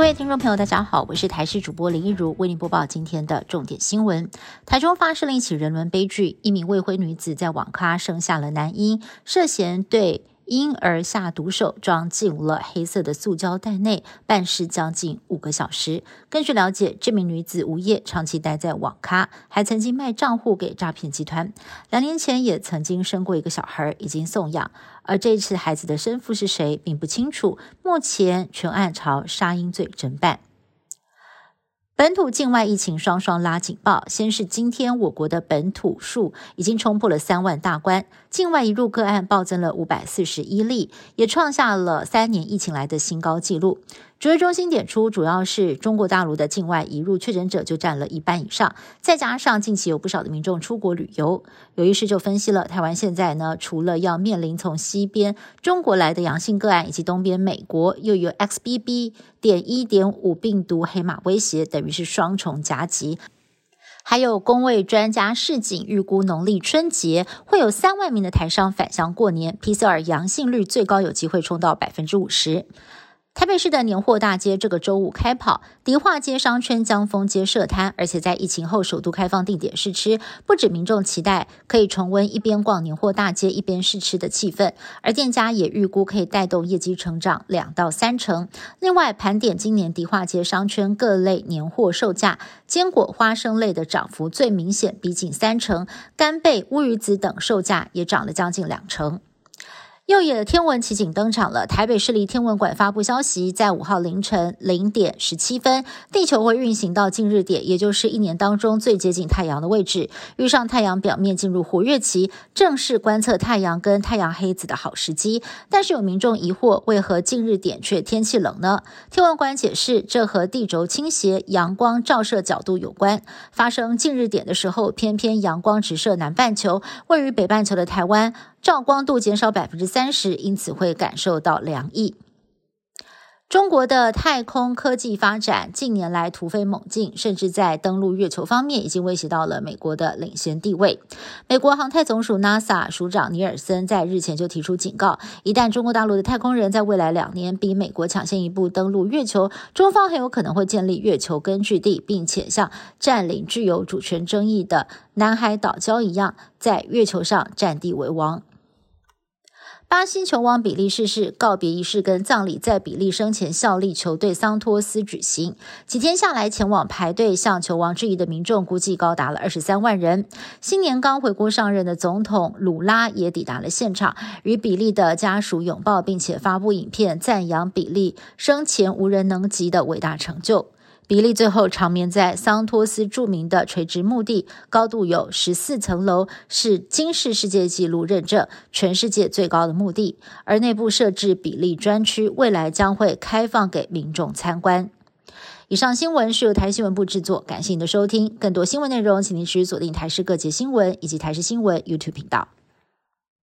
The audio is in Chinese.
位听众朋友大家好，我是台视主播林一如，为您播报今天的重点新闻。台中发生了一起人伦悲剧，一名未婚女子在网咖生下了男婴，涉嫌对婴儿下毒手，装进了黑色的塑胶袋内，办事将近5个小时。根据了解，这名女子无业，长期待在网咖，还曾经卖账户给诈骗集团。2年前也曾经生过一个小孩，已经送养。而这一次孩子的生父是谁并不清楚，目前全案朝杀婴罪侦办。本土境外疫情双双拉警报，先是今天我国的本土数已经冲破了3万大关，境外移入个案暴增了541例，也创下了3年疫情来的新高纪录。指挥中心点出，主要是中国大陆的境外移入确诊者就占了1半以上，再加上近期有不少的民众出国旅游。有医师就分析了，台湾现在呢，除了要面临从西边中国来的阳性个案，以及东边美国又有 XBB.1.5 病毒黑马威胁，等于是双重夹击。还有公卫专家示警，预估农历春节会有3万名的台商返乡过年， PCR 阳性率最高有机会冲到 50%。台北市的年货大街这个周五开跑，迪化街商圈将封街设摊，而且在疫情后首度开放定点试吃，不止民众期待可以重温一边逛年货大街一边试吃的气氛，而店家也预估可以带动业绩成长2到3成。另外盘点今年迪化街商圈各类年货售价，坚果花生类的涨幅最明显，逼近3成，干贝、乌鱼子等售价也涨了将近2成。又野天文奇景登场了，台北市立天文馆发布消息，在5号凌晨0点17分，地球会运行到近日点，也就是1年当中最接近太阳的位置，遇上太阳表面进入活跃期，正是观测太阳跟太阳黑子的好时机。但是有民众疑惑，为何近日点却天气冷呢？天文馆解释，这和地轴倾斜、阳光照射角度有关。发生近日点的时候，偏偏阳光直射南半球，位于北半球的台湾照光度减少30%，因此会感受到凉意。中国的太空科技发展近年来突飞猛进，甚至在登陆月球方面已经威胁到了美国的领先地位。美国航太总署 NASA 署长尼尔森在日前就提出警告，一旦中国大陆的太空人在未来2年比美国抢先一步登陆月球，中方很有可能会建立月球根据地，并且像占领具有主权争议的南海岛礁一样，在月球上占地为王。巴西球王比利逝世，告别仪式跟葬礼在比利生前效力球队桑托斯举行。几天下来，前往排队向球王致意的民众估计高达了23万人。新年刚回国上任的总统鲁拉也抵达了现场，与比利的家属拥抱，并且发布影片赞扬比利生前无人能及的伟大成就。比利最后长眠在桑托斯著名的垂直墓地，高度有14层楼，是金氏世界纪录认证全世界最高的墓地，而内部设置比利专区，未来将会开放给民众参观。以上新闻是由台视新闻部制作，感谢您的收听。更多新闻内容请您持续锁定台视各节新闻以及台视新闻 YouTube 频道。